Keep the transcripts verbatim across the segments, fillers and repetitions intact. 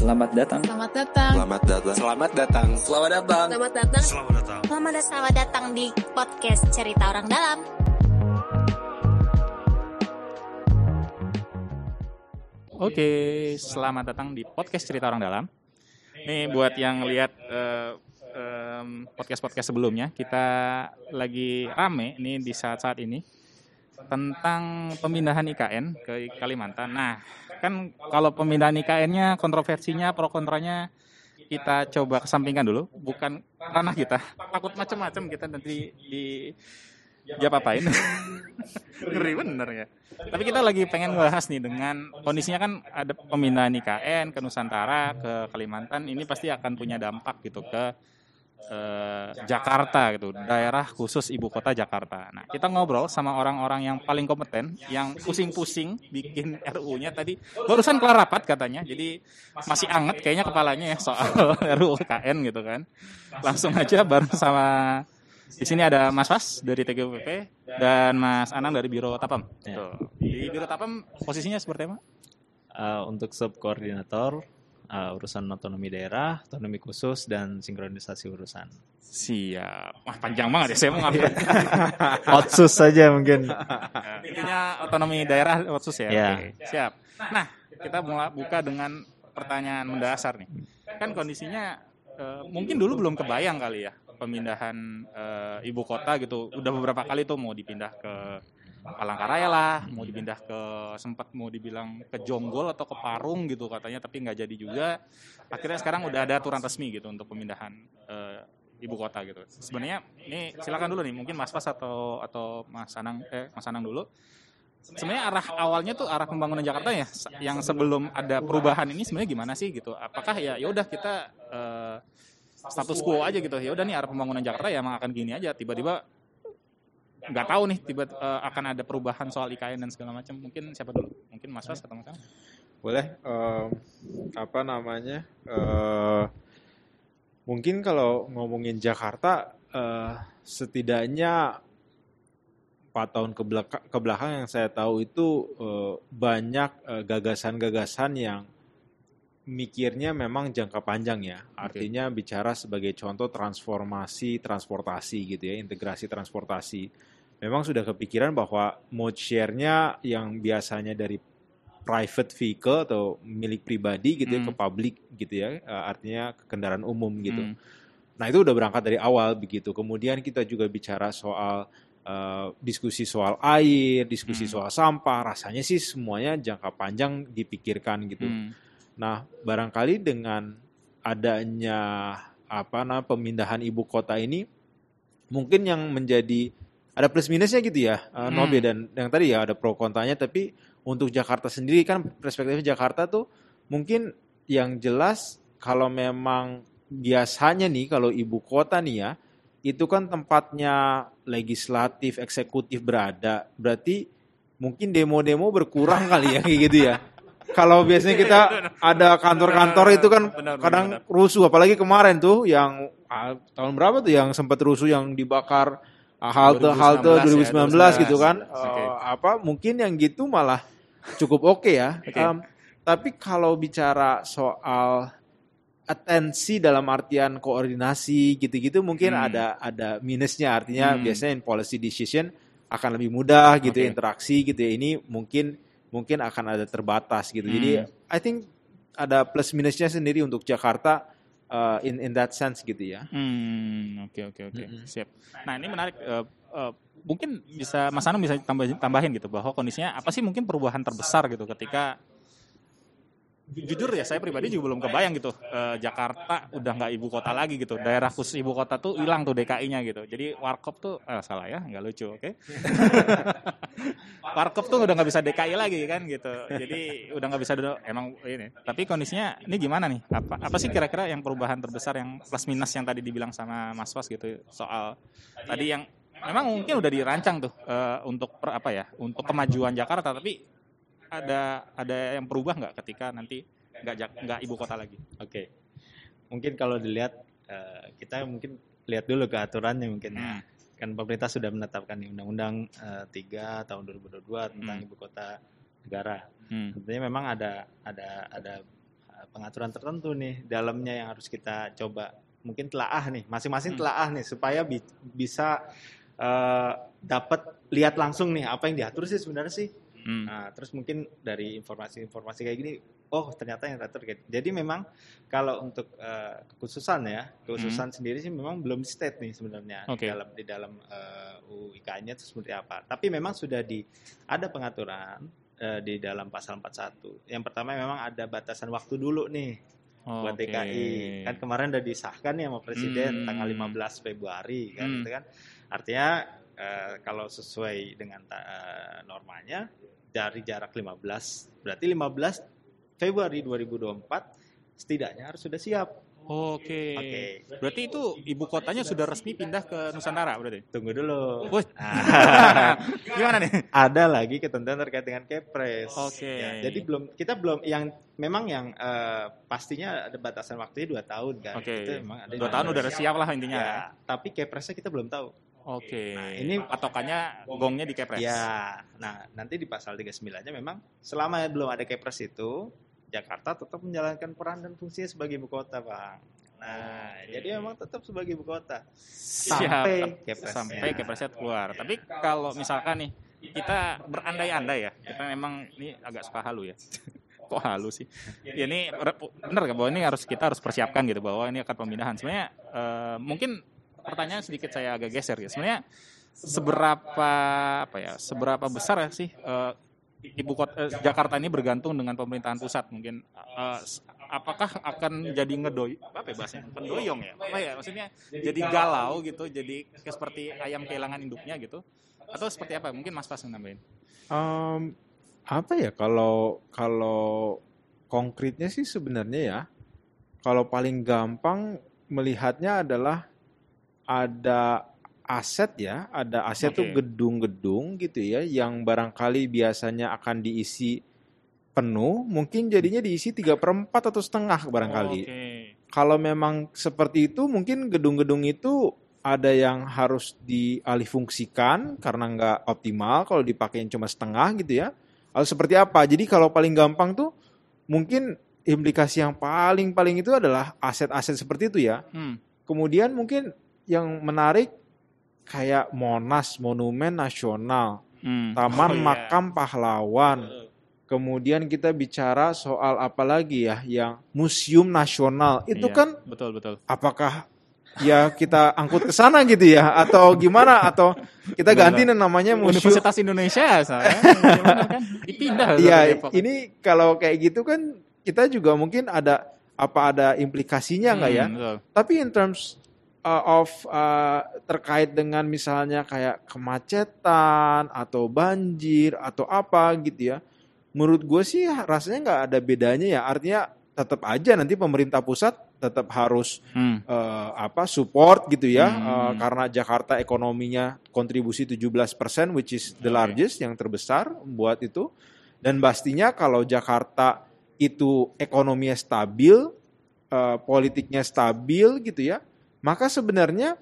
Selamat datang. Selamat datang. Selamat datang. Selamat datang. Selamat datang. Selamat datang. Selamat datang. Selamat datang. Selamat datang di podcast Cerita Orang Dalam. Oke, selamat datang di podcast Cerita Orang Dalam. Nih buat yang lihat uh, um, podcast-podcast sebelumnya, kita lagi rame nih di saat-saat ini tentang pemindahan I K N ke Kalimantan. Nah, kan kalau pemindahan I K N-nya kontroversinya, pro kontranya kita coba kesampingkan dulu, bukan ranah kita. Takut macam-macam kita nanti di ya apa-apain. Ngeri bener ya. Tapi kita lagi pengen bahas nih dengan kondisinya kan ada pemindahan I K N ke Nusantara, ke Kalimantan, ini pasti akan punya dampak gitu ke eh, Jakarta gitu, daerah khusus ibu kota Jakarta. Nah, kita ngobrol sama orang-orang yang paling kompeten, yang pusing-pusing bikin R U-nya tadi. Barusan kelar rapat katanya, jadi masih anget kayaknya kepalanya ya soal R U U K N gitu kan. Langsung aja bareng sama di sini ada Mas Fas dari T G U P P dan Mas Anang dari Biro Tapam. Ya. Tuh. Di Biro Tapam posisinya seperti apa? Uh, untuk subkoordinator uh, urusan otonomi daerah, otonomi khusus dan sinkronisasi urusan. Siap. Wah, panjang banget ya, saya mau ngambil. Otsus saja mungkin. Ya, intinya otonomi daerah Otsus ya. Ya. Oke, siap. Nah, kita mulai buka dengan pertanyaan mendasar nih. Kan kondisinya uh, mungkin dulu belum kebayang kali ya pemindahan uh, ibu kota gitu. Udah beberapa kali tuh mau dipindah ke Palangkaraya lah, mau dipindah ke sempat mau dibilang ke Jonggol atau ke Parung gitu katanya, tapi nggak jadi juga. Akhirnya sekarang udah ada aturan resmi gitu untuk pemindahan uh, ibu kota gitu. Sebenarnya ini silakan dulu nih, mungkin Mas Fas atau atau Mas Anang eh Mas Anang dulu. Sebenarnya arah awalnya tuh arah pembangunan Jakarta ya, yang sebelum ada perubahan ini sebenarnya gimana sih gitu? Apakah ya ya udah kita uh, status quo aja gitu, ya udah nih arah pembangunan Jakarta ya emang akan gini aja, tiba-tiba nggak tahu nih tiba uh, akan ada perubahan soal I K N dan segala macam. Mungkin siapa dulu? Mungkin Mas Fas atau Mas Anang? Boleh. Um, apa namanya? Uh, mungkin kalau ngomongin Jakarta, uh, setidaknya empat tahun ke belakang, ke belakang yang saya tahu itu uh, banyak uh, gagasan-gagasan yang mikirnya memang jangka panjang ya. Artinya okay. Bicara sebagai contoh transformasi transportasi gitu ya, integrasi transportasi. Memang sudah kepikiran bahwa mode share-nya yang biasanya dari private vehicle atau milik pribadi gitu hmm. ya ke public gitu ya, artinya ke kendaraan umum gitu. Hmm. Nah, itu udah berangkat dari awal begitu. Kemudian kita juga bicara soal uh, diskusi soal air, diskusi hmm. soal sampah, rasanya sih semuanya jangka panjang dipikirkan gitu. Hmm. Nah, barangkali dengan adanya apa namanya pemindahan ibu kota ini mungkin yang menjadi ada plus minusnya gitu ya, uh, hmm. Nobe, dan yang tadi ya ada pro kontranya, tapi untuk Jakarta sendiri kan perspektifnya Jakarta tuh mungkin yang jelas kalau memang biasanya nih kalau ibu kota nih ya, itu kan tempatnya legislatif, eksekutif berada, berarti mungkin demo-demo berkurang kali ya kayak gitu ya. Kalau biasanya kita ada kantor-kantor itu kan benar, kadang benar, benar. rusuh, apalagi kemarin tuh yang ah, tahun berapa tuh yang sempat rusuh yang dibakar ah, halte halte dua ribu sembilan belas ya, gitu kan, okay. uh, apa mungkin yang gitu malah cukup oke okay ya. Okay. Um, tapi kalau bicara soal atensi dalam artian koordinasi gitu-gitu mungkin hmm. ada ada minusnya, artinya hmm. biasanya in policy decision akan lebih mudah gitu okay. interaksi gitu ya. Ini mungkin mungkin akan ada terbatas gitu. Hmm. Jadi I think ada plus minusnya sendiri untuk Jakarta uh, in in that sense gitu ya. Hmm, oke oke oke. Siap. Nah, ini menarik, uh, uh, mungkin bisa Mas Anung bisa tambah, tambahin gitu bahwa kondisinya apa sih mungkin perubahan terbesar gitu ketika jujur ya saya pribadi juga belum kebayang gitu, uh, Jakarta udah nggak ibu kota lagi gitu, daerah khusus ibu kota tuh hilang tuh D K I-nya gitu, jadi warkop tuh eh, salah ya nggak lucu, oke? Okay? Warkop tuh udah nggak bisa D K I lagi kan gitu, jadi udah nggak bisa duduk, emang ini. Tapi kondisinya ini gimana nih? Apa apa sih kira-kira yang perubahan terbesar yang plus minus yang tadi dibilang sama Mas Fas gitu soal tadi yang memang mungkin udah dirancang tuh uh, untuk per, apa ya untuk kemajuan Jakarta, tapi ada ada yang berubah nggak ketika nanti nggak nggak ibu kota lagi? Oke, okay. Mungkin kalau dilihat uh, kita mungkin lihat dulu ke aturannya mungkin hmm. kan pemerintah sudah menetapkan di Undang-Undang uh, tiga tahun dua ribu dua puluh dua tentang hmm. ibu kota negara. Hmm. Tentunya memang ada ada ada pengaturan tertentu nih dalamnya yang harus kita coba mungkin telaah nih, masing-masing Hmm. telaah nih supaya bi- bisa uh, dapat lihat langsung nih apa yang diatur sih sebenarnya sih. Hmm. Nah, terus mungkin dari informasi-informasi kayak gini, oh ternyata yang diatur gitu. Jadi memang kalau untuk uh, kekhususan ya, kekhususan sendiri sih memang belum di state nih sebenarnya Oke. di dalam di dalam uh, U I K-nya itu seperti apa. Tapi memang sudah di ada pengaturan uh, di dalam pasal empat puluh satu. Yang pertama memang ada batasan waktu dulu nih buat Oke. D K I. Kan kemarin udah disahkan ya sama presiden Hmm. tanggal lima belas Februari kan Hmm. gitu kan. Artinya uh, kalau sesuai dengan ta- uh, normanya dari jarak lima belas, berarti lima belas Februari dua ribu dua puluh empat setidaknya harus sudah siap. Oke. Oke. Berarti itu ibu kotanya sudah resmi pindah ke Nusantara berarti. Tunggu dulu. Wih. Ah, Gimana nih? ada lagi ketentuan terkait dengan Kepres. Oke. Ya, jadi belum kita belum yang memang yang eh, pastinya ada batasan waktunya dua tahun kan. Oke. Itu memang ada Dua tahun udah siap lah intinya. Ya, tapi Kepresnya kita belum tahu. Oke. Nah, ini- patokannya gongnya di Kepres. Ya, nah nanti di pasal tiga puluh sembilan-nya memang selama belum ada Kepres itu Jakarta tetap menjalankan peran dan fungsinya sebagai ibu kota, Bang. Nah, Oke. jadi memang tetap sebagai ibu kota Siap. sampai Kepresnya. Sampai Kepresnya keluar. Tapi kalau misalkan nih kita berandai-andai ya, kita memang ini agak suka halu ya. Kok halu sih? Ya ini re- bener kan bahwa ini harus kita harus persiapkan gitu bahwa ini akan pemindahan. Sebenarnya eh, mungkin pertanyaan sedikit saya agak geser ya. Sebenarnya seberapa apa ya? Seberapa besar ya sih eh, ibu kota eh, Jakarta ini bergantung dengan pemerintahan pusat mungkin eh, s- apakah akan jadi ngedoy apa ya bahasanya pendoyong ya apa ya maksudnya jadi galau gitu jadi kayak seperti ayam kehilangan induknya gitu atau seperti apa mungkin Mas Pas nambahin. Em, apa ya kalau kalau konkretnya sih sebenarnya ya kalau paling gampang melihatnya adalah ada aset ya, ada aset Oke. tuh gedung-gedung gitu ya yang barangkali biasanya akan diisi penuh, mungkin jadinya diisi tiga per empat atau setengah barangkali. Oke. Kalau memang seperti itu mungkin gedung-gedung itu ada yang harus dialihfungsikan karena nggak optimal kalau dipakein cuma setengah gitu ya. Atau seperti apa? Jadi kalau paling gampang tuh mungkin implikasi yang paling-paling itu adalah aset-aset seperti itu ya. Hmm. Kemudian mungkin yang menarik kayak Monas, Monumen Nasional, Hmm. Taman Oh, iya. Makam Pahlawan. Kemudian kita bicara soal apa lagi ya, yang Museum Nasional. Itu Iya, kan betul betul. apakah ya kita angkut ke sana gitu ya atau gimana atau kita ganti Benar. namanya museum. Universitas Indonesia saya gimana kan dipindah Iya, ke Depok. ini kalau kayak gitu kan kita juga mungkin ada apa ada implikasinya nggak ya? Hmm, betul. Tapi in terms uh, of uh, terkait dengan misalnya kayak kemacetan atau banjir atau apa gitu ya, menurut gue sih rasanya nggak ada bedanya ya. Artinya tetap aja nanti pemerintah pusat tetap harus Hmm. uh, apa support gitu ya, Hmm. uh, karena Jakarta ekonominya kontribusi tujuh belas persen which is the Oke. largest yang terbesar buat itu. Dan pastinya kalau Jakarta itu ekonominya stabil, uh, politiknya stabil gitu ya, maka sebenarnya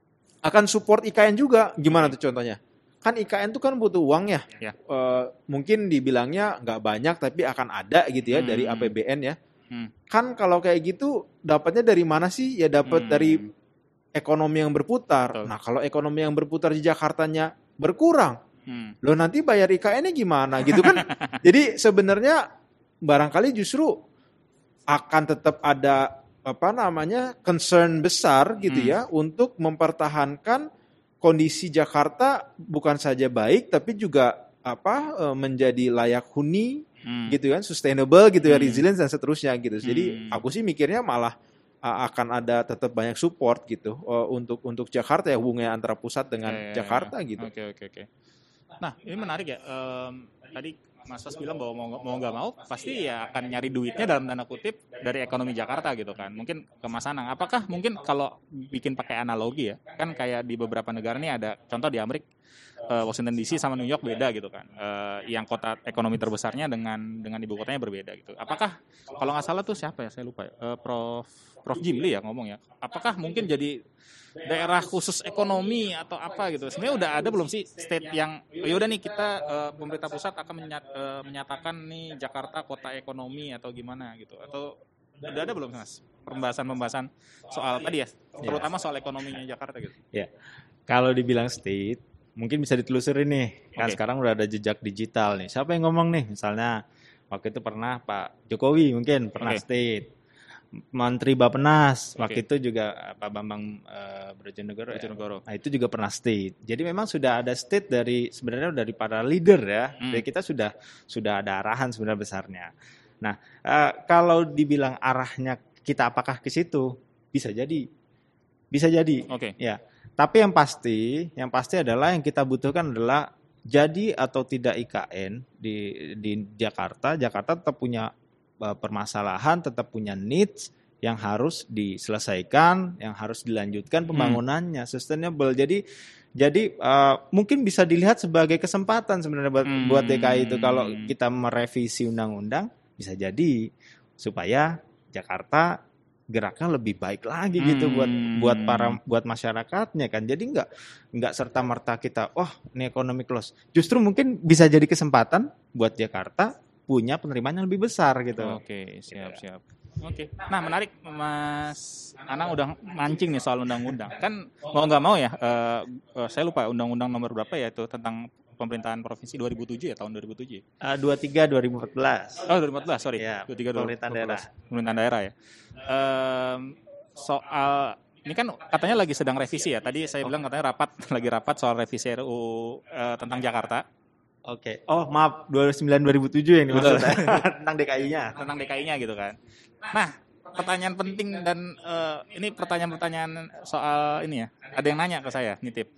akan support I K N juga. Gimana tuh contohnya? Kan I K N tuh kan butuh uang ya. Ya. Uh, mungkin dibilangnya nggak banyak tapi akan ada gitu ya Hmm. dari A P B N ya. Hmm. Kan kalau kayak gitu dapatnya dari mana sih? Ya dapat Hmm. dari ekonomi yang berputar. Betul. Nah kalau ekonomi yang berputar di Jakartanya berkurang, Hmm. lo nanti bayar I K N-nya gimana gitu kan? Jadi sebenarnya barangkali justru akan tetap ada apa namanya concern besar gitu Hmm. ya untuk mempertahankan kondisi Jakarta bukan saja baik tapi juga apa eh, menjadi layak huni Hmm. gitu kan, sustainable gitu ya, Hmm. resilience dan seterusnya gitu. Jadi Hmm. aku sih mikirnya malah uh, akan ada tetap banyak support gitu uh, untuk untuk Jakarta ya, hubungannya antara pusat dengan Ya, ya, ya. Jakarta gitu. Oke oke oke. Nah ini menarik ya. Em, tadi Mas Fas bilang bahwa mau mau nggak mau pasti ya akan nyari duitnya dalam tanda kutip dari ekonomi Jakarta gitu kan. Mungkin ke Mas Anang. Apakah mungkin kalau bikin pakai analogi ya, kan kayak di beberapa negara nih ada contoh di Amerika uh, Washington D C sama New York beda gitu kan. Uh, yang kota ekonomi terbesarnya dengan dengan ibu kotanya berbeda gitu. Apakah kalau nggak salah tuh siapa ya? Saya lupa ya. Uh, Prof Prof Jimli ya ngomong ya. Apakah mungkin jadi daerah khusus ekonomi atau apa gitu? Sebenarnya udah ada belum sih state yang oh yaudah nih kita uh, pemerintah pusat akan menyat, uh, menyatakan nih Jakarta kota ekonomi atau gimana gitu? Atau udah ada belum Mas pembahasan-pembahasan soal tadi ya, terutama soal ekonominya Jakarta gitu? Ya, kalau dibilang state, mungkin bisa ditelusuri nih. Kan Oke. sekarang udah ada jejak digital nih. Siapa yang ngomong nih? Misalnya waktu itu pernah Pak Jokowi mungkin pernah Oke. state. Menteri Bappenas Oke. waktu itu juga Pak Bambang uh, Brojonegoro. ya. Brojonegoro. Nah itu juga pernah state. Jadi memang sudah ada state dari sebenarnya dari para leader ya. Hmm. Dari kita sudah sudah ada arahan sebenarnya besarnya. Nah uh, kalau dibilang arahnya kita apakah ke situ, bisa jadi, bisa jadi. Oke. Ya. Tapi yang pasti, yang pasti adalah yang kita butuhkan adalah jadi atau tidak I K N di di Jakarta. Jakarta tetap punya uh, permasalahan, tetap punya needs yang harus diselesaikan, yang harus dilanjutkan pembangunannya, hmm. sustainable. Jadi jadi uh, mungkin bisa dilihat sebagai kesempatan sebenarnya buat, Hmm. buat D K I itu kalau kita merevisi undang-undang bisa jadi supaya Jakarta geraknya lebih baik lagi gitu Hmm. buat buat para buat masyarakatnya kan. Jadi nggak nggak serta merta kita wah ini ekonomi close. Justru mungkin bisa jadi kesempatan buat Jakarta punya penerimaan yang lebih besar gitu. Oke, siap siap. Oke. Nah, menarik Mas Anang udah mancing nih soal undang-undang. Kan mau nggak mau ya, uh, uh, saya lupa undang-undang nomor berapa ya itu tentang pemerintahan provinsi dua ribu tujuh ya, tahun dua ribu tujuh. Uh, dua puluh tiga dua ribu empat belas. Oh, dua ribu empat belas, sorry. Ya, dua puluh tiga dua ribu pemerintahan empat belas. daerah. Pemerintahan daerah ya. Um, soal ini kan katanya lagi sedang revisi ya. Tadi saya bilang katanya rapat lagi rapat soal revisi R U uh, tentang Jakarta. Oke. Oh, maaf, dua puluh sembilan dua ribu tujuh yang dimaksud tentang D K I-nya. Tentang D K I-nya gitu kan. Nah, pertanyaan penting dan uh, ini pertanyaan-pertanyaan soal ini ya. Ada yang nanya ke saya, nitip.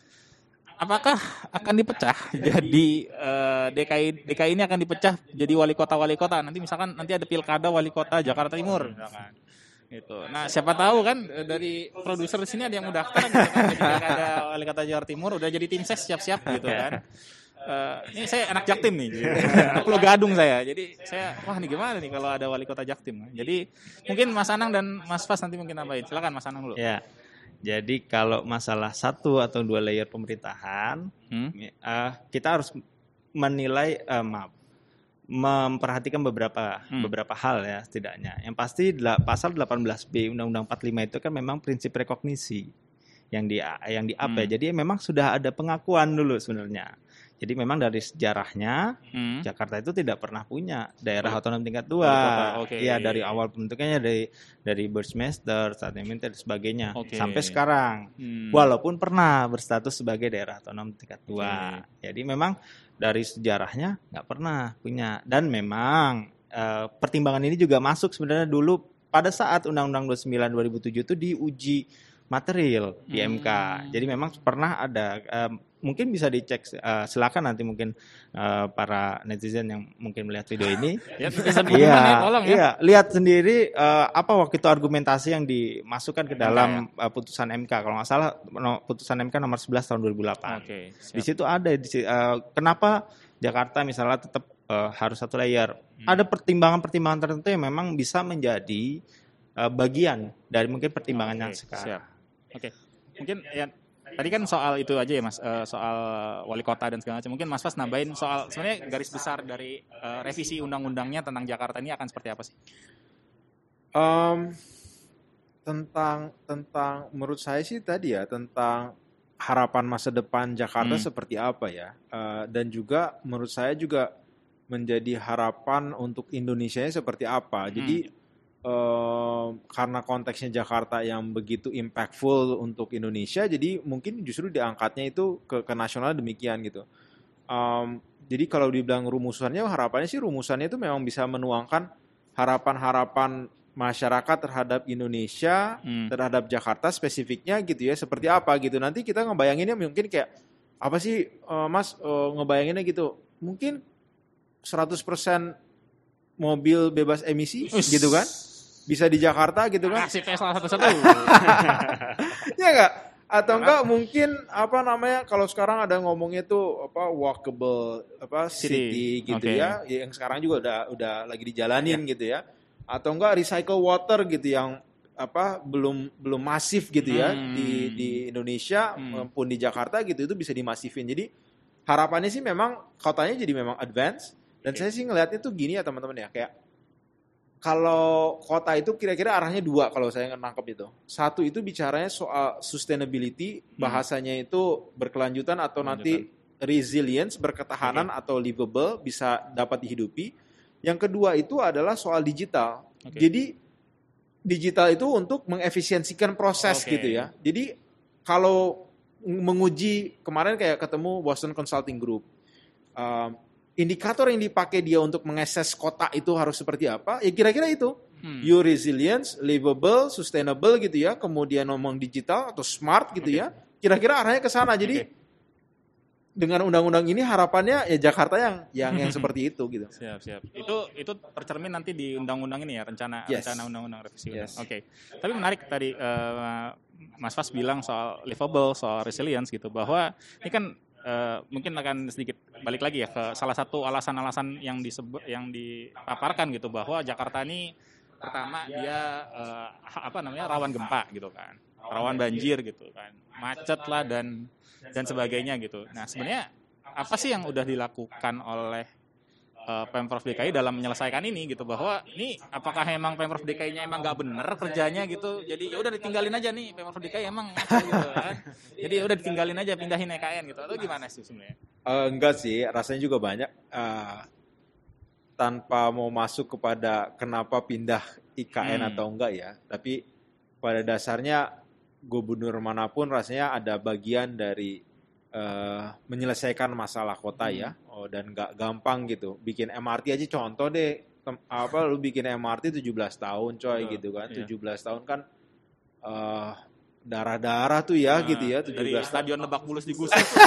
Apakah akan dipecah jadi uh, D K I D K I ini akan dipecah jadi wali kota wali kota nanti misalkan nanti ada pilkada wali kota Jakarta Timur misalkan gitu. Nah siapa tahu kan dari produser di sini ada yang udah daftar gitu kan jadi pilkada wali kota Jakarta Timur udah jadi tim ses siap-siap gitu kan. Uh, ini saya anak Jaktim nih, gitu. Pulau Gadung saya. Jadi saya wah nih gimana nih kalau ada wali kota Jaktim. Jadi mungkin Mas Anang dan Mas Fas nanti mungkin nambahin. Silakan Mas Anang dulu. Ya. Jadi kalau masalah satu atau dua layer pemerintahan, hmm? uh, kita harus menilai, uh, maaf, memperhatikan beberapa hmm. beberapa hal ya setidaknya. Yang pasti pasal delapan belas B Undang-Undang empat puluh lima itu kan memang prinsip rekognisi yang di yang di apa? Hmm. Jadi memang sudah ada pengakuan dulu sebenarnya. Jadi memang dari sejarahnya hmm. Jakarta itu tidak pernah punya daerah oh. otonom tingkat dua. Okay. Ya dari awal pembentukannya dari dari Burmester, Stadtmeister dan sebagainya okay. sampai sekarang. Hmm. Walaupun pernah berstatus sebagai daerah otonom tingkat dua. Okay. Jadi memang dari sejarahnya nggak pernah punya. Dan memang uh, pertimbangan ini juga masuk sebenarnya dulu pada saat Undang-Undang dua puluh sembilan dua ribu tujuh itu diuji material di M K. Hmm. Jadi memang pernah ada um, mungkin bisa dicek uh, silakan nanti mungkin uh, para netizen yang mungkin melihat video ini ya, iya, ya, tolong ya. Iya, lihat sendiri uh, apa waktu itu argumentasi yang dimasukkan ke dalam ya. uh, putusan M K kalau nggak salah no, putusan M K nomor sebelas tahun dua ribu delapan. Okay, di situ ada di, uh, kenapa Jakarta misalnya tetap uh, harus satu layer. Hmm. Ada pertimbangan-pertimbangan tertentu yang memang bisa menjadi uh, bagian dari mungkin pertimbangan okay, yang sekarang. Siap. Oke, okay. Mungkin ya tadi kan soal itu aja ya Mas, uh, soal wali kota dan segala macam. Mungkin Mas Fas nambahin soal sebenarnya garis besar dari uh, revisi undang-undangnya tentang Jakarta ini akan seperti apa sih? Um, tentang tentang menurut saya sih tadi ya tentang harapan masa depan Jakarta hmm. seperti apa ya, uh, dan juga menurut saya juga menjadi harapan untuk Indonesianya seperti apa. Hmm. Jadi Uh, karena konteksnya Jakarta yang begitu impactful untuk Indonesia, jadi mungkin justru diangkatnya itu ke, ke nasional demikian gitu. Um, jadi kalau dibilang rumusannya, harapannya sih rumusannya itu memang bisa menuangkan harapan-harapan masyarakat terhadap Indonesia, hmm. terhadap Jakarta spesifiknya gitu ya, seperti apa gitu. Nanti kita ngebayanginnya mungkin kayak apa sih uh, Mas uh, ngebayanginnya gitu, mungkin seratus persen mobil bebas emisi Ush. gitu kan. Bisa di Jakarta gitu kan? Kasih Tesla satu-satu. Ya nggak? Atau enggak mungkin apa namanya kalau sekarang ada ngomongnya tuh apa walkable apa city, city gitu okay. ya, yang sekarang juga udah udah lagi dijalanin yeah. gitu ya. Atau enggak recycle water gitu yang apa belum belum masif gitu ya hmm. di di Indonesia hmm. maupun di Jakarta gitu itu bisa dimasifin. Jadi harapannya sih memang kotanya jadi memang advance dan okay. saya sih ngelihatnya tuh gini ya teman-teman ya kayak kalau kota itu kira-kira arahnya dua kalau saya nangkep itu. Satu itu bicaranya soal sustainability, bahasanya itu berkelanjutan atau nanti resilience, berketahanan okay. atau livable, bisa dapat dihidupi. Yang kedua itu adalah soal digital. Okay. Jadi digital itu untuk mengefisiensikan proses okay. gitu ya. Jadi kalau menguji, kemarin kayak ketemu Boston Consulting Group, um, indikator yang dipakai dia untuk mengases kota itu harus seperti apa? Ya kira-kira itu. Hmm. You resilience, livable, sustainable gitu ya. Kemudian ngomong digital atau smart gitu okay. ya. Kira-kira arahnya ke sana. Jadi okay. dengan undang-undang ini harapannya ya Jakarta yang yang yang seperti itu gitu. Siap, siap. Itu itu tercermin nanti di undang-undang ini ya, rencana yes. rencana undang-undang revisi. Yes. Oke. Okay. Tapi menarik tadi uh, Mas Fas bilang soal livable, soal resilience gitu bahwa ini kan Uh, mungkin akan sedikit balik lagi ya ke salah satu alasan-alasan yang disebut yang dipaparkan gitu bahwa Jakarta ini pertama dia uh, apa namanya rawan gempa gitu kan, rawan banjir gitu kan, macet lah dan dan sebagainya gitu. Nah sebenarnya apa sih yang udah dilakukan oleh uh, Pemprov D K I dalam menyelesaikan ini gitu bahwa ini apakah emang Pemprov D K I-nya emang nggak bener kerjanya gitu, jadi ya udah ditinggalin aja nih Pemprov D K I emang gitu kan. Jadi udah ditinggalin aja, pindahin E K N gitu. Atau gimana sih sebenarnya? Uh, enggak sih, rasanya juga banyak. Uh, tanpa mau masuk kepada kenapa pindah I K N hmm. atau enggak ya. Tapi pada dasarnya gubernur manapun rasanya ada bagian dari uh, menyelesaikan masalah kota hmm. ya. Oh, dan enggak gampang gitu. Bikin M R T aja contoh deh. Tem- apa lu bikin M R T tujuh belas tahun coy oh, gitu kan. Iya. tujuh belas tahun kan uh, darah-darah tuh ya nah, gitu ya tujuh belas dari stadion Lebak Bulus digusur gitu.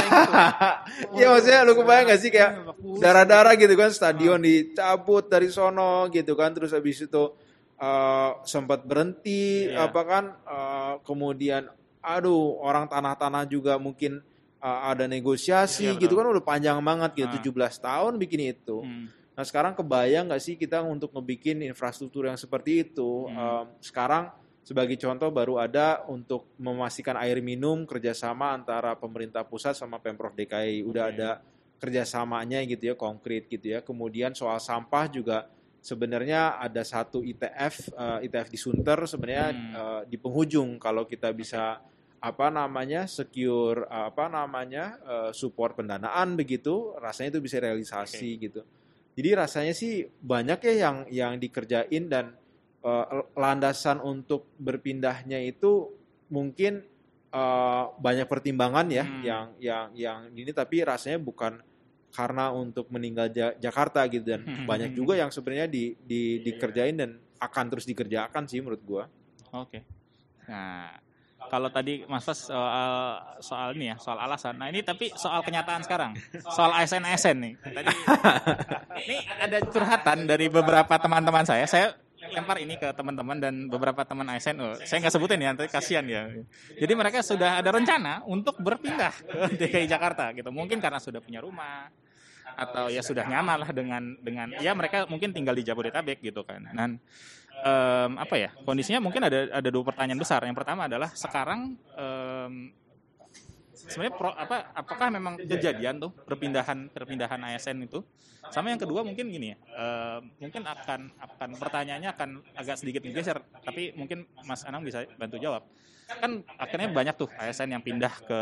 Ya maksudnya lu kebayang gak sih kayak darah-darah gitu kan stadion dicabut dari sono gitu kan terus habis itu uh, sempat berhenti yeah. apa kan uh, kemudian aduh orang tanah-tanah juga mungkin uh, ada negosiasi yeah, gitu kan udah panjang banget gitu nah. tujuh belas tahun bikin itu. Hmm. Nah sekarang kebayang gak sih kita untuk ngebikin infrastruktur yang seperti itu hmm. um, sekarang sebagai contoh baru ada untuk memastikan air minum kerjasama antara pemerintah pusat sama Pemprov D K I. Udah okay. ada kerjasamanya gitu ya, konkret gitu ya. Kemudian soal sampah juga sebenarnya ada satu I T F, uh, I T F di Sunter sebenarnya hmm. uh, di penghujung kalau kita bisa apa namanya secure uh, apa namanya uh, support pendanaan begitu, rasanya itu bisa realisasi okay. gitu. Jadi rasanya sih banyak ya yang yang dikerjain dan Uh, landasan untuk berpindahnya itu mungkin uh, banyak pertimbangan ya hmm. yang yang yang ini tapi rasanya bukan karena untuk meninggal ja- Jakarta gitu dan hmm. banyak juga yang sebenarnya di, di dikerjain dan akan terus dikerjakan sih menurut gua. Oke. Okay. Nah, kalau tadi Mas Fas soal soal ini ya, soal alasan. Nah, ini tapi soal kenyataan sekarang. Soal A S N A S N nih. Tadi ini ada curhatan dari beberapa teman-teman saya. Saya lempar ini ke teman-teman dan beberapa teman A S N. Oh, saya nggak sebutin ya, nanti kasihan ya. Jadi mereka sudah ada rencana untuk berpindah ke D K I Jakarta gitu. Mungkin karena sudah punya rumah atau ya sudah nyaman lah dengan dengan ya mereka mungkin tinggal di Jabodetabek gitu kan. Dan um, apa ya kondisinya mungkin ada ada dua pertanyaan besar. Yang pertama adalah sekarang um, sebenarnya pro, apa apakah memang kejadian tuh perpindahan perpindahan A S N itu? Sama yang kedua mungkin gini ya, uh, mungkin akan akan pertanyaannya akan agak sedikit geser, tapi mungkin Mas Anang bisa bantu jawab. Kan akhirnya banyak tuh A S N yang pindah ke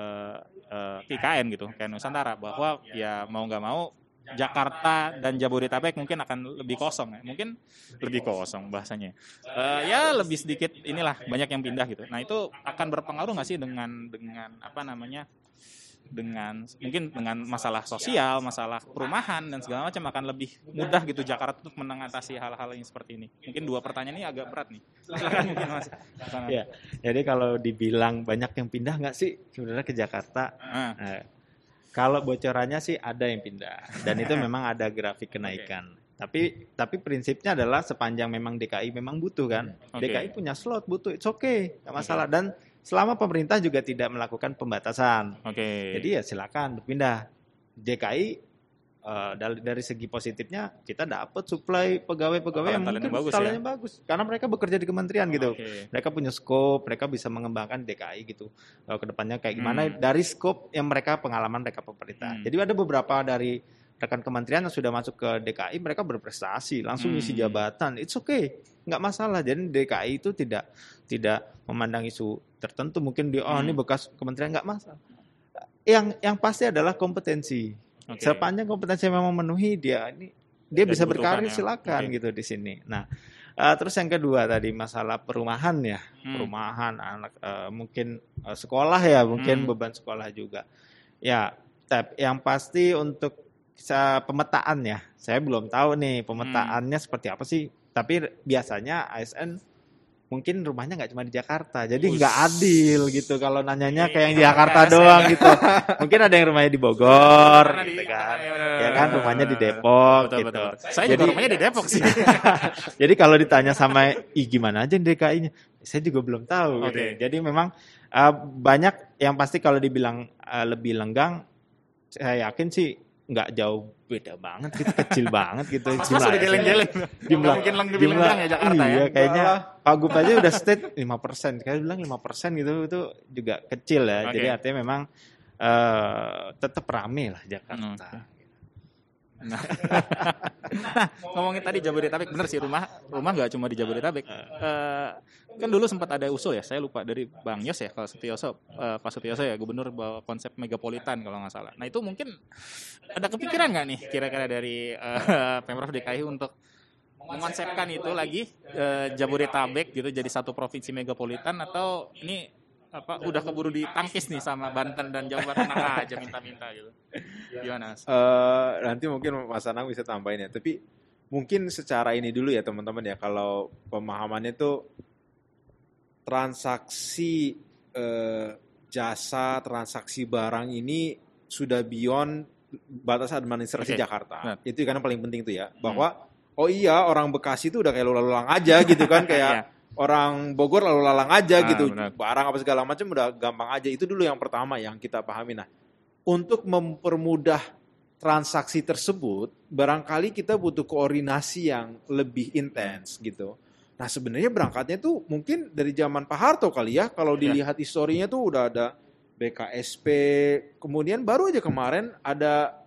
uh, I K N gitu, kayak Nusantara, bahwa ya mau nggak mau Jakarta dan Jabodetabek mungkin akan lebih kosong ya, mungkin lebih kosong bahasanya. Uh, ya lebih sedikit inilah banyak yang pindah gitu. Nah itu akan berpengaruh nggak sih dengan dengan apa namanya? dengan mungkin dengan masalah sosial, masalah perumahan dan segala macam akan lebih mudah gitu Jakarta untuk mengatasi hal-hal yang seperti ini. Mungkin dua pertanyaan ini agak berat nih. Silakan mungkin Mas. Ya, jadi kalau dibilang banyak yang pindah nggak sih sebenarnya ke Jakarta? Ah. Nah, kalau bocorannya sih ada yang pindah dan itu memang ada grafik kenaikan. Okay. Tapi tapi prinsipnya adalah sepanjang memang D K I memang butuh kan. Okay. D K I punya slot butuh, it's okay, nggak masalah. Dan selama pemerintah juga tidak melakukan pembatasan. Oke. Okay. Jadi ya silakan berpindah. D K I uh, dari dari segi positifnya kita dapat suplai pegawai-pegawai yang mungkin bagus, talentnya ya? bagus karena mereka bekerja di kementerian gitu. Okay. Mereka punya scope, mereka bisa mengembangkan D K I gitu. Uh, kedepannya kayak gimana hmm. dari scope yang mereka pengalaman mereka pemerintah. Hmm. Jadi ada beberapa dari rekan kementerian yang sudah masuk ke D K I, mereka berprestasi, langsung hmm. isi jabatan. It's okay, nggak masalah. Jadi D K I itu tidak tidak memandang isu tertentu. Mungkin di oh hmm. ini bekas kementerian, nggak masalah. Yang yang pasti adalah kompetensi. Okay. Sepanjang kompetensi memang memenuhi dia ini dia dan bisa berkarir ya. Silakan okay. gitu di sini. Nah, uh, terus yang kedua tadi masalah perumahan ya, hmm. perumahan anak uh, mungkin uh, sekolah ya, mungkin hmm. beban sekolah juga. Ya, tapi yang pasti untuk bisa pemetaan ya. Saya belum tahu nih pemetaannya hmm. seperti apa sih. Tapi biasanya A S N mungkin rumahnya nggak cuma di Jakarta, jadi nggak adil gitu kalau nanyanya kayak yang di Jakarta doang gitu. Mungkin ada yang rumahnya di Bogor, gitu kan, ya kan rumahnya di Depok betul, gitu. Betul, betul. Saya jadi, juga rumahnya di Depok sih. Jadi kalau ditanya sama, ih gimana aja D K I-nya, saya juga belum tahu. Okay. Gitu. Jadi memang uh, banyak yang pasti kalau dibilang uh, lebih lenggang, saya yakin sih nggak jauh beda banget gitu, kecil banget gitu. Mas Mas udah geleng-geleng. Jumlah mungkin lebih lenggang ya Jakarta iya, ya. Kayaknya Pak Gup aja udah state lima persen. Kayak bilang lima persen gitu itu juga kecil ya. Okay. Jadi artinya memang uh, tetap rame lah Jakarta. Hmm. Nah. Nah, ngomongin tadi Jabodetabek, bener sih rumah rumah nggak cuma di Jabodetabek. Uh, kan dulu sempat ada usul ya, saya lupa dari Bang Yos ya, kalau Sutioso, uh, Pak Sutioso ya, gubernur bawa konsep megapolitan kalau nggak salah. Nah itu mungkin ada kepikiran nggak nih kira-kira dari uh, Pemprov D K I untuk mengonsepkan itu lagi uh, Jabodetabek gitu jadi satu provinsi megapolitan, atau ini apa udah keburu ditangkis nih sama Banten dan Jawa Barat aja minta-minta gitu. Gimana? Uh, nanti mungkin Mas Anang bisa tambahin ya, tapi mungkin secara ini dulu ya teman-teman ya, kalau pemahamannya itu transaksi uh, jasa, transaksi barang ini sudah beyond batas administrasi okay. Jakarta. Nah. Itu karena paling penting itu ya, bahwa hmm. oh iya orang Bekasi itu udah kayak lalu-lalang aja gitu kan, kayak yeah. orang Bogor lalu lalang aja ah, gitu, benar. Barang apa segala macam udah gampang aja. Itu dulu yang pertama yang kita pahami. Nah, untuk mempermudah transaksi tersebut, barangkali kita butuh koordinasi yang lebih intens gitu. Nah, sebenarnya berangkatnya tuh mungkin dari zaman Pak Harto kali ya, kalau dilihat ya. Historinya tuh udah ada B K S P, kemudian baru aja kemarin ada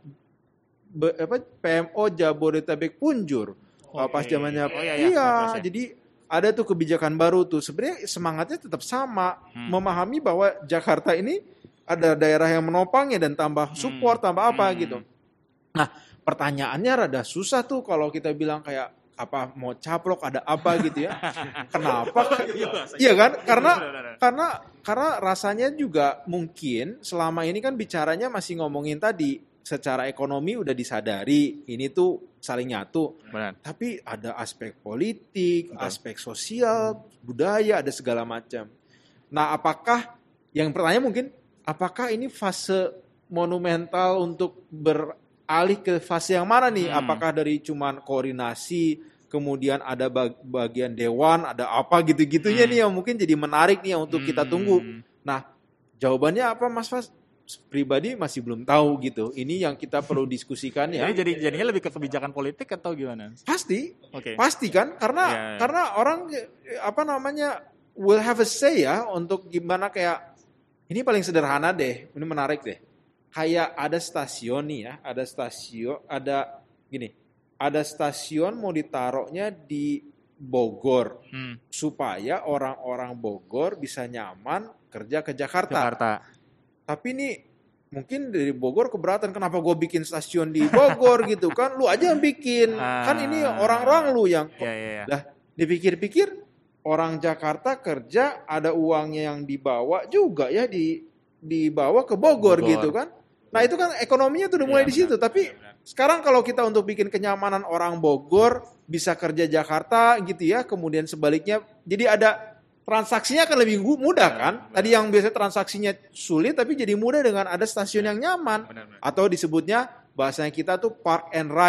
B, apa, P M O Jabodetabek Punjur. Okay. Pas zamannya oh, iya, iya, iya jadi ada tuh kebijakan baru tuh. Sebenarnya semangatnya tetap sama, hmm. memahami bahwa Jakarta ini ada daerah yang menopangnya dan tambah support, hmm. tambah apa hmm. gitu. Nah, pertanyaannya rada susah tuh kalau kita bilang kayak apa mau caplok ada apa gitu ya. Kenapa? Iya kan? Karena karena karena rasanya juga mungkin selama ini kan bicaranya masih ngomongin tadi secara ekonomi udah disadari ini tuh saling nyatu. Benar. Tapi ada aspek politik, betul. Aspek sosial, budaya, ada segala macam. Nah, apakah yang pertanyaan mungkin apakah ini fase monumental untuk beralih ke fase yang mana nih? Hmm. Apakah dari cuman koordinasi, kemudian ada bag- bagian dewan, ada apa gitu-gitunya hmm. nih yang mungkin jadi menarik nih untuk hmm. kita tunggu. Nah, jawabannya apa Mas Fas? Pribadi masih belum tahu gitu. Ini yang kita perlu diskusikan ya. Jadi jadi jadinya lebih ke kebijakan politik atau gimana? Pasti, okay. pasti kan karena yeah, yeah. karena orang apa namanya will have a say ya untuk gimana kayak ini paling sederhana deh, ini menarik deh. Kayak ada stasiun nih ya, ada stasiun, ada gini, ada stasiun mau ditaruhnya di Bogor hmm. supaya orang-orang Bogor bisa nyaman kerja ke Jakarta. Jakarta. Tapi ini mungkin dari Bogor keberatan, kenapa gue bikin stasiun di Bogor gitu kan? Lu aja yang bikin, ah, kan ini orang-orang lu yang, iya, iya, iya. Lah dipikir-pikir orang Jakarta kerja ada uangnya yang dibawa juga ya di dibawa ke Bogor, Bogor. Gitu kan? Nah itu kan ekonominya tuh udah mulai ya, di situ. Benar, tapi benar. Sekarang kalau kita untuk bikin kenyamanan orang Bogor bisa kerja Jakarta gitu ya, kemudian sebaliknya, jadi ada transaksinya akan lebih mudah kan? Tadi yang biasanya transaksinya sulit tapi jadi mudah dengan ada stasiun yang nyaman. Benar, benar. Atau disebutnya bahasanya kita tuh park and ride.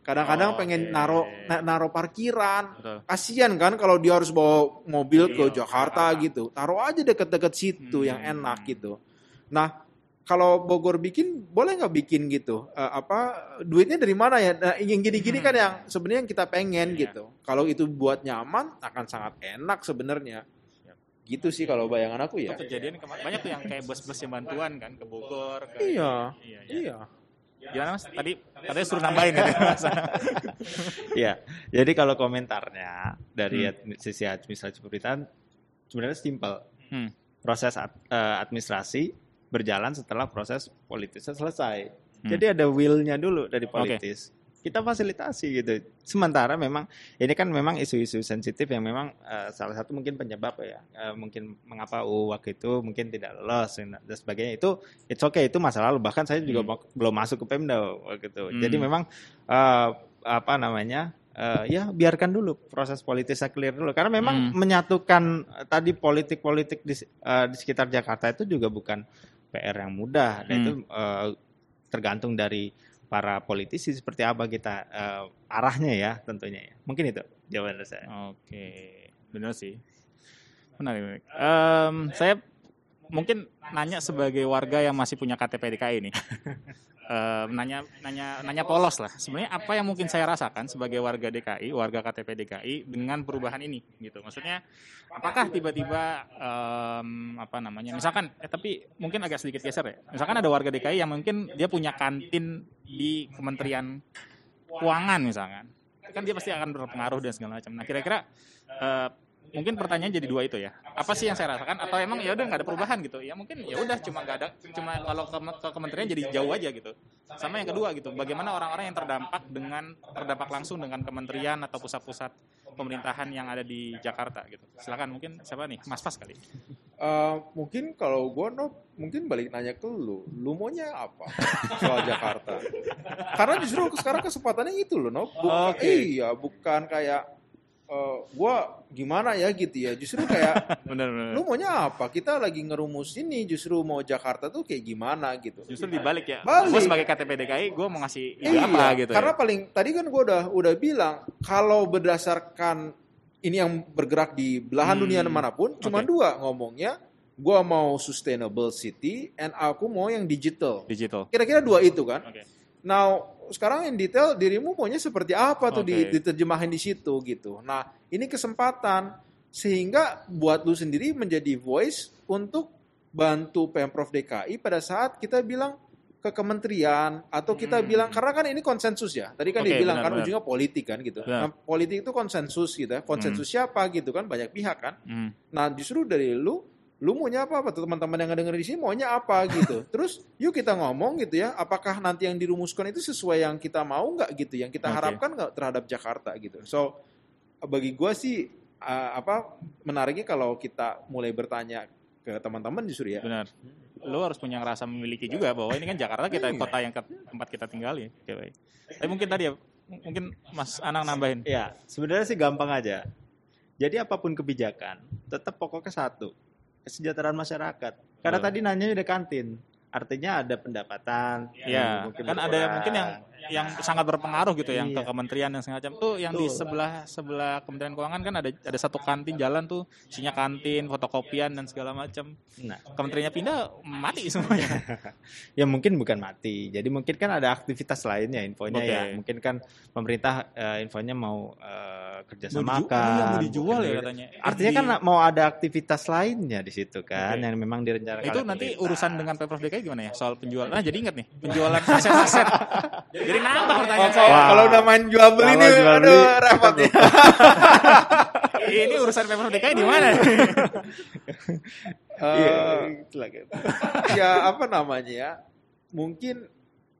Kadang-kadang Oh, pengen oke. naro na- naro parkiran. Betul. Kasian kan kalau dia harus bawa mobil ke Iya, Jakarta Jakarta. gitu. Taruh aja deket-deket situ Hmm. yang enak gitu. Nah, kalau Bogor bikin, boleh nggak bikin gitu? Eh, apa duitnya dari mana ya? Nah, yang gini-gini kan yang sebenarnya yang kita pengen Iya. gitu. Kalau itu buat nyaman, akan sangat enak sebenarnya. Gitu sih kalau bayangan aku ya. Itu kejadian kemarin banyak tuh yang kayak bus-bus yang bantuan kan ke Bogor. Ke Iya, iya, iya. iya. Gimana Mas? Tadi katanya suruh nambahin gitu. Mas. Ya, jadi kalau komentarnya dari Hmm. admi- sisi administrasi pemerintahan sebenarnya simpel. Hmm. Proses ad- eh, administrasi berjalan setelah proses politisnya selesai. Hmm. Jadi ada will-nya dulu dari politis. Kita fasilitasi gitu. Sementara memang ini kan memang isu-isu sensitif yang memang eh, salah satu mungkin penyebab ya, eh, mungkin mengapa U U W A K itu mungkin tidak lolos dan sebagainya, itu it's okay, itu masa lalu. Bahkan saya juga Hmm. mau- belum masuk ke Pemda waktu itu. Hmm. Jadi memang eh, apa namanya? eh, ya biarkan dulu proses politisnya clear dulu, karena memang Hmm. menyatukan eh, tadi politik-politik di, eh, di sekitar Jakarta itu juga bukan P R yang mudah. Dan Hmm. itu eh, tergantung dari para politisi seperti apa kita eh, arahnya ya tentunya ya. Mungkin itu jawaban dari saya. Oke, benar sih. Menarik. menarik. Em, saya mungkin nanya sebagai warga yang masih punya K T P D K I nih. Em, nanya nanya nanya polos lah. Sebenarnya apa yang mungkin saya rasakan sebagai warga D K I, warga K T P D K I dengan perubahan ini gitu. Maksudnya apakah tiba-tiba em, apa namanya? Misalkan eh, tapi mungkin agak sedikit geser ya. Misalkan ada warga D K I yang mungkin dia punya kantin di Kementerian Keuangan misalkan. Kan dia pasti akan berpengaruh dan segala macam. Nah, kira-kira eh, mungkin pertanyaan jadi dua itu ya. Apa sih yang saya rasakan? Atau emang ya udah nggak ada perubahan gitu? Ya mungkin ya udah cuma nggak ada, cuma kalau ke, ke kementerian jadi jauh aja gitu. Sama yang kedua gitu, bagaimana orang-orang yang terdampak dengan terdampak langsung dengan kementerian atau pusat-pusat pemerintahan yang ada di Jakarta gitu. Silakan mungkin siapa nih? Mas Fas kali. Eh, mungkin kalau gue no, mungkin balik nanya ke lu, lu maunya apa soal Jakarta? Karena justru sekarang kesempatannya itu loh, no. Bukan, Oke. Iya, bukan kayak eh, gue gimana ya gitu ya. Justru kayak Benar-benar. lu maunya apa? Kita lagi ngerumus ini, justru mau Jakarta tuh kayak gimana gitu. Justru dibalik ya. Balik. Gue sebagai K T P D K I, gue mau ngasih ide Iya, apa gitu. karena ya. paling tadi kan gue udah udah bilang kalau berdasarkan ini yang bergerak di belahan Hmm, dunia manapun, cuma oke. dua ngomongnya. Gue mau sustainable city, and aku mau yang digital. Digital. Kira-kira dua itu kan. Oke. Now sekarang yang detail dirimu maunya seperti apa tuh di- Oke. diterjemahin di situ gitu. Nah ini kesempatan sehingga buat lu sendiri menjadi voice untuk bantu Pemprov D K I pada saat kita bilang ke kementerian atau kita Hmm. bilang, karena kan ini konsensus ya. Tadi kan Oke, dia bilang benar, kan benar. ujungnya politik kan gitu. Benar. Nah, politik itu konsensus gitu ya. Konsensus siapa gitu kan, banyak pihak kan. Hmm. Nah justru dari lu, lu maunya apa apa teman-teman yang ngedenger di sini maunya apa gitu. Terus yuk kita ngomong gitu ya, apakah nanti yang dirumuskan itu sesuai yang kita mau nggak gitu, yang kita Oke. harapkan nggak terhadap Jakarta gitu. So bagi gua sih uh, apa menariknya kalau kita mulai bertanya ke teman-teman justru ya. Benar. Lo harus punya rasa memiliki juga bahwa ini kan Jakarta kita Iya. kota yang ke, tempat kita tinggal ya. Oke, baik. Tapi mungkin tadi ya, m- mungkin Mas Anang nambahin. Ya, sebenarnya sih gampang aja. Jadi apapun kebijakan, tetap pokoknya satu, kesejahteraan masyarakat. Karena Betul. tadi nanya udah kantin, artinya ada pendapatan. Ya, yang mungkin kan ada berkurang. mungkin yang yang sangat berpengaruh gitu, yang ke Iya. kementerian dan segala macam tuh, yang di Betul. sebelah sebelah Kementerian Keuangan kan ada ada satu kantin jalan tuh, isinya kantin, fotokopian dan segala macam. Nah, Kementeriannya pindah mati semuanya. ya mungkin bukan mati. Jadi mungkin kan ada aktivitas lainnya infonya Oke. ya. Mungkin kan pemerintah eh, infonya mau eh, kerjasama Mau diju- kan. oh iya, mau dijual ya Mungkin- katanya. Artinya Di- kan mau ada aktivitas lainnya di situ kan, Oke. yang memang direncanakan. itu oleh nanti pemerintah. urusan dengan Pemprov D K I gimana ya soal penjualan? Nah jadi ingat nih penjualan aset-aset. Jadi nambah pertanyaan Oh, saya. kalau, kalau udah main jual beli Kalau nih, jual aduh beli, repot ya. Ini urusan Pemprov D K I di mana? Iya, Eh, itulah kan. ya apa namanya ya, mungkin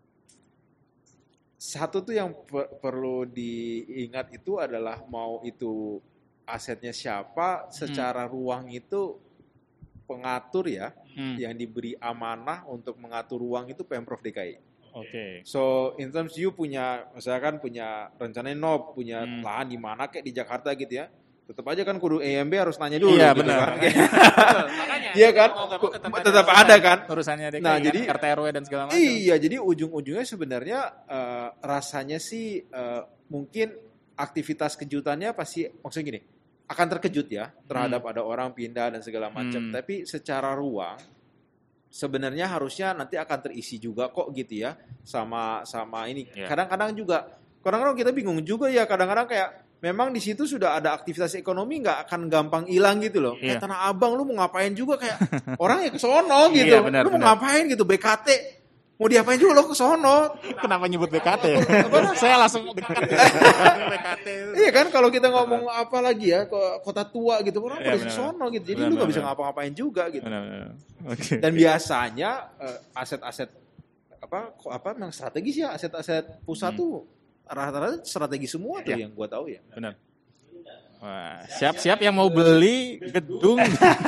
satu tuh yang per- perlu diingat itu adalah mau itu asetnya siapa, secara ruang itu pengatur ya, Hmm, yang diberi amanah untuk mengatur ruang itu Pemprov D K I. Oke. So in terms you punya, misalkan punya rencana no punya Hmm. lahan di mana kayak di Jakarta gitu ya, tetap aja kan kudu E M B harus nanya dulu. Iya gitu benar. Kan. Makanya. Iya kan, tetap, tetap ada kan. Urusannya D K I, nah kan, jadi R T R W dan segala macam. Iya, jadi ujung-ujungnya sebenarnya uh, rasanya sih uh, mungkin aktivitas kejutannya pasti maksudnya gini, akan terkejut ya terhadap hmm. ada orang pindah dan segala macam. Hmm. Tapi secara ruang sebenarnya harusnya nanti akan terisi juga kok gitu ya sama sama ini. Yeah. Kadang-kadang juga, kadang-kadang kita bingung juga ya. Kadang-kadang kayak memang di situ sudah ada aktivitas ekonomi nggak akan gampang hilang gitu loh. Yeah. Kayak Tanah Abang lu mau ngapain juga kayak orang ya ke sono gitu. Yeah, benar, lu mau benar. ngapain gitu B K T. Mau diapain juga lo ke sono? Kenapa nyebut B K T? Saya langsung dekat B K T. Iya kan kalau kita ngomong apa lagi ya kota tua gitu orang pada ke sono gitu. Jadi benar, lu nggak bisa ngapa-ngapain juga gitu. Benar, benar. Okay. Dan biasanya uh, aset-aset apa apa yang strategis ya aset-aset pusat hmm. tuh rata-rata strategi semua tuh ya. Yang gua tahu ya. Benar. Wah, siap-siap yang mau beli gedung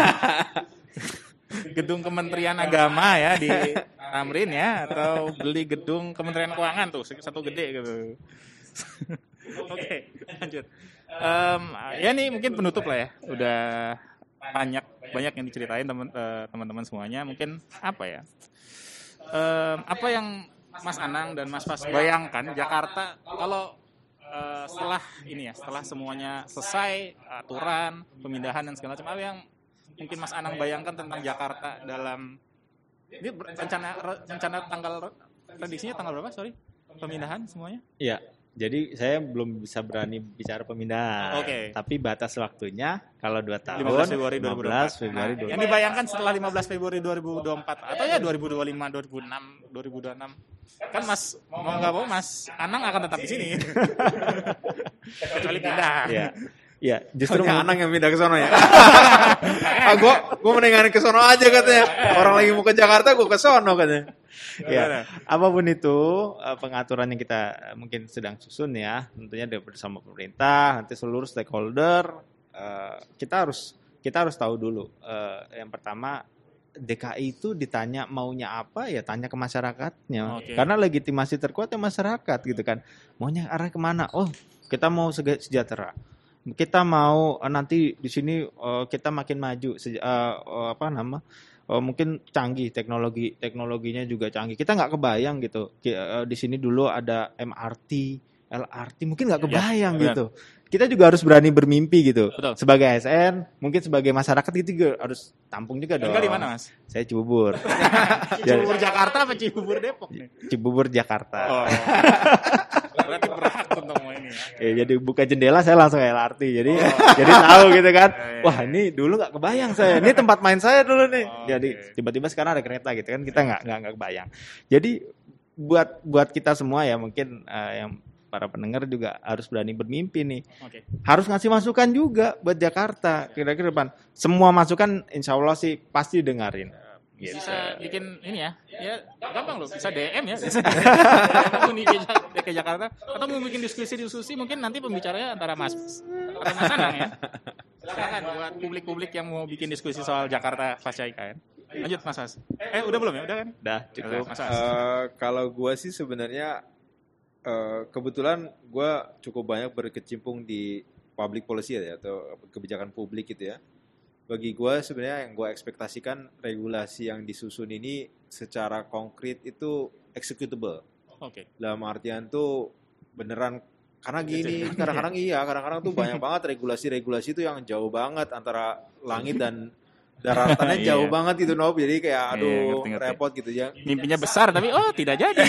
gedung Kementerian Agama ya di Tamrin ya, atau beli gedung Kementerian Keuangan tuh satu gede gitu. Oke, okay, lanjut. Um, ya nih mungkin penutup lah ya. Udah banyak banyak yang diceritain teman uh, teman-teman semuanya. Mungkin apa ya? Um, apa yang Mas Anang dan Mas Fas bayangkan Jakarta kalau uh, setelah ini ya, setelah semuanya selesai aturan pemindahan dan segala macam, apa yang mungkin Mas Anang bayangkan tentang Jakarta dalam ini rencana rencana tanggal prediksinya tanggal berapa sorry pemindahan semuanya? Iya, jadi saya belum bisa berani bicara pemindahan. Oke. Okay. Tapi batas waktunya kalau dua tahun. lima belas Februari dua ribu dua puluh empat. Februari nah, yang dibayangkan setelah lima belas Februari dua ribu dua puluh empat atau ya dua ribu dua puluh lima, dua ribu enam, dua ribu dua puluh enam. Kan Mas mau nggak mau Mas Anang akan tetap di sini. Kecuali pindah. Iya. Ya, justru oh, Anang yang pindah ke sono ya. ah, gue gue mendingan ke sono aja katanya. Orang lagi mau ke Jakarta, gue ke sono katanya. Ya, apapun itu pengaturan yang kita mungkin sedang susun ya, tentunya bersama pemerintah, nanti seluruh stakeholder, kita harus kita harus tahu dulu. Yang pertama, D K I itu ditanya maunya apa ya, tanya ke masyarakatnya. Okay. Karena legitimasi terkuatnya masyarakat gitu kan. Maunya arah kemana? Oh, kita mau sejahtera. Kita mau nanti di sini uh, kita makin maju uh, uh, apa nama uh, mungkin canggih teknologi teknologinya juga canggih, kita nggak kebayang gitu uh, di sini dulu ada M R T L R T mungkin nggak kebayang ya, gitu benar. Kita juga harus berani bermimpi gitu. Betul. Sebagai A S N mungkin sebagai masyarakat itu juga harus tampung juga dong. Tinggal di mana Mas? Saya Cibubur. Cibubur Jakarta apa Cibubur Depok nih? Cibubur Jakarta. Oh. Berarti berhak untuk mau ini ya. Ya, jadi buka jendela saya langsung L R T. Jadi oh. jadi tahu gitu kan. Wah, ini dulu enggak kebayang saya. Ini tempat main saya dulu nih. Oh, jadi okay. tiba-tiba sekarang ada kereta gitu kan, kita enggak enggak enggak kebayang. Jadi buat buat kita semua ya mungkin uh, yang para pendengar juga harus berani bermimpi nih. Okay. Harus ngasih masukan juga buat Jakarta. Kira-kira depan semua masukan insya Allah sih pasti dengerin. Bisa yes. bikin ini ya, ya gampang loh, bisa D M ya, atau di ke Jakarta, atau mau bikin diskusi-diskusi mungkin nanti pembicaranya antara Mas atau Mas Anang ya. Silakan buat publik-publik yang mau bikin diskusi soal Jakarta pasca I K N. Lanjut Mas As. Eh udah belum ya? Udah kan? Udah cukup. Mas As. Uh, kalau gue sih sebenarnya uh, kebetulan gue cukup banyak berkecimpung di public policy ya atau kebijakan publik gitu ya. Bagi gue sebenarnya yang gue ekspektasikan regulasi yang disusun ini secara konkret itu executable. Oke. Okay. Dalam artian tuh beneran karena gini, kadang-kadang iya, kadang-kadang tuh banyak banget regulasi-regulasi itu yang jauh banget antara langit dan daratannya jauh banget gitu Nob. Jadi kayak aduh iya, ngerti, ngerti. repot gitu ya. Mimpinya besar tapi oh tidak jadi.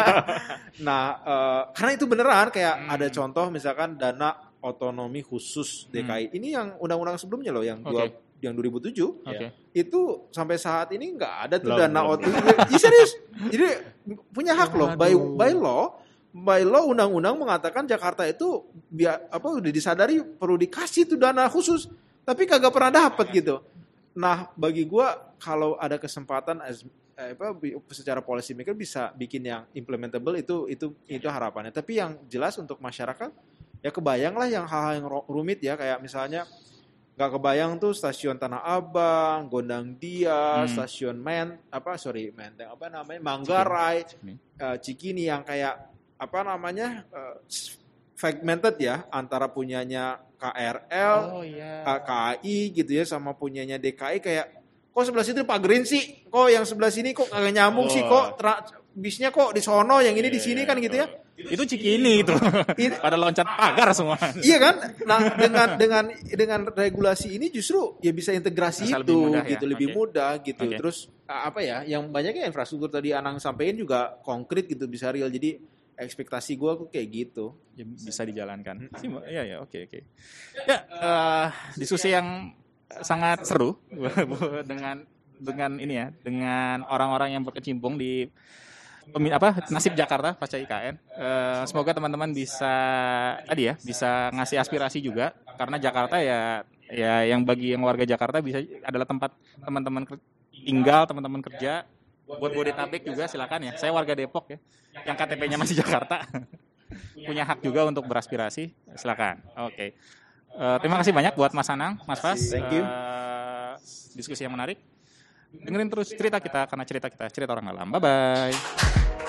Nah, uh, karena itu beneran kayak hmm. ada contoh misalkan dana otonomi khusus D K I. Hmm. Ini yang undang-undang sebelumnya loh yang dua okay. yang dua ribu tujuh okay. itu sampai saat ini nggak ada tuh belum, dana otonomi. Serius. Jadi punya hak loh by by law, by law undang-undang mengatakan Jakarta itu biar apa udah disadari perlu dikasih tuh dana khusus, tapi kagak pernah dapat gitu. Nah, bagi gua kalau ada kesempatan as, eh, apa secara policy maker bisa bikin yang implementable itu itu itu harapannya. Tapi yang jelas untuk masyarakat ya kebayang lah yang hal-hal yang rumit ya kayak misalnya nggak kebayang tuh stasiun Tanah Abang, Gondang Dia, hmm. stasiun Men, apa sorry Menteng apa namanya Manggarai, Cikini, uh, Cikini yang kayak apa namanya uh, fragmented ya antara punyanya K R L, oh, iya. K A I gitu ya sama punyanya D K I kayak kok sebelah situ pagerin sih, kok yang sebelah sini kok kagak nyambung oh. sih, kok tra- bisnya kok di sono, yang ini yeah, di sini kan gitu ya. Itu Cikini itu. Pada loncat pagar semua. Iya kan? Nah, dengan dengan dengan regulasi ini justru ya bisa integrasi bisa itu mudah, gitu, ya? lebih okay. mudah gitu. Okay. Terus apa ya? Yang banyaknya infrastruktur tadi Anang sampaikan juga konkret gitu, bisa real. Jadi ekspektasi gue kayak gitu. Ya, bisa dijalankan. Iya ya, oke oke. Ya, uh, diskusi yang sangat seru dengan dengan ini ya, dengan orang-orang yang berkecimpung di apa nasib Jakarta pasca I K N. Uh, semoga teman-teman bisa tadi ya bisa ngasih aspirasi juga karena Jakarta ya ya yang bagi yang warga Jakarta bisa adalah tempat teman-teman tinggal, teman-teman kerja. Buat Bodetabek juga silakan ya. Saya warga Depok ya, yang K T P-nya masih Jakarta. Punya hak juga untuk beraspirasi. Silakan. Oke. Okay. Uh, terima kasih banyak buat Mas Anang, Mas Fas. Thank you. Uh, diskusi yang menarik. Dengerin terus cerita kita karena cerita kita cerita orang dalam. Bye bye.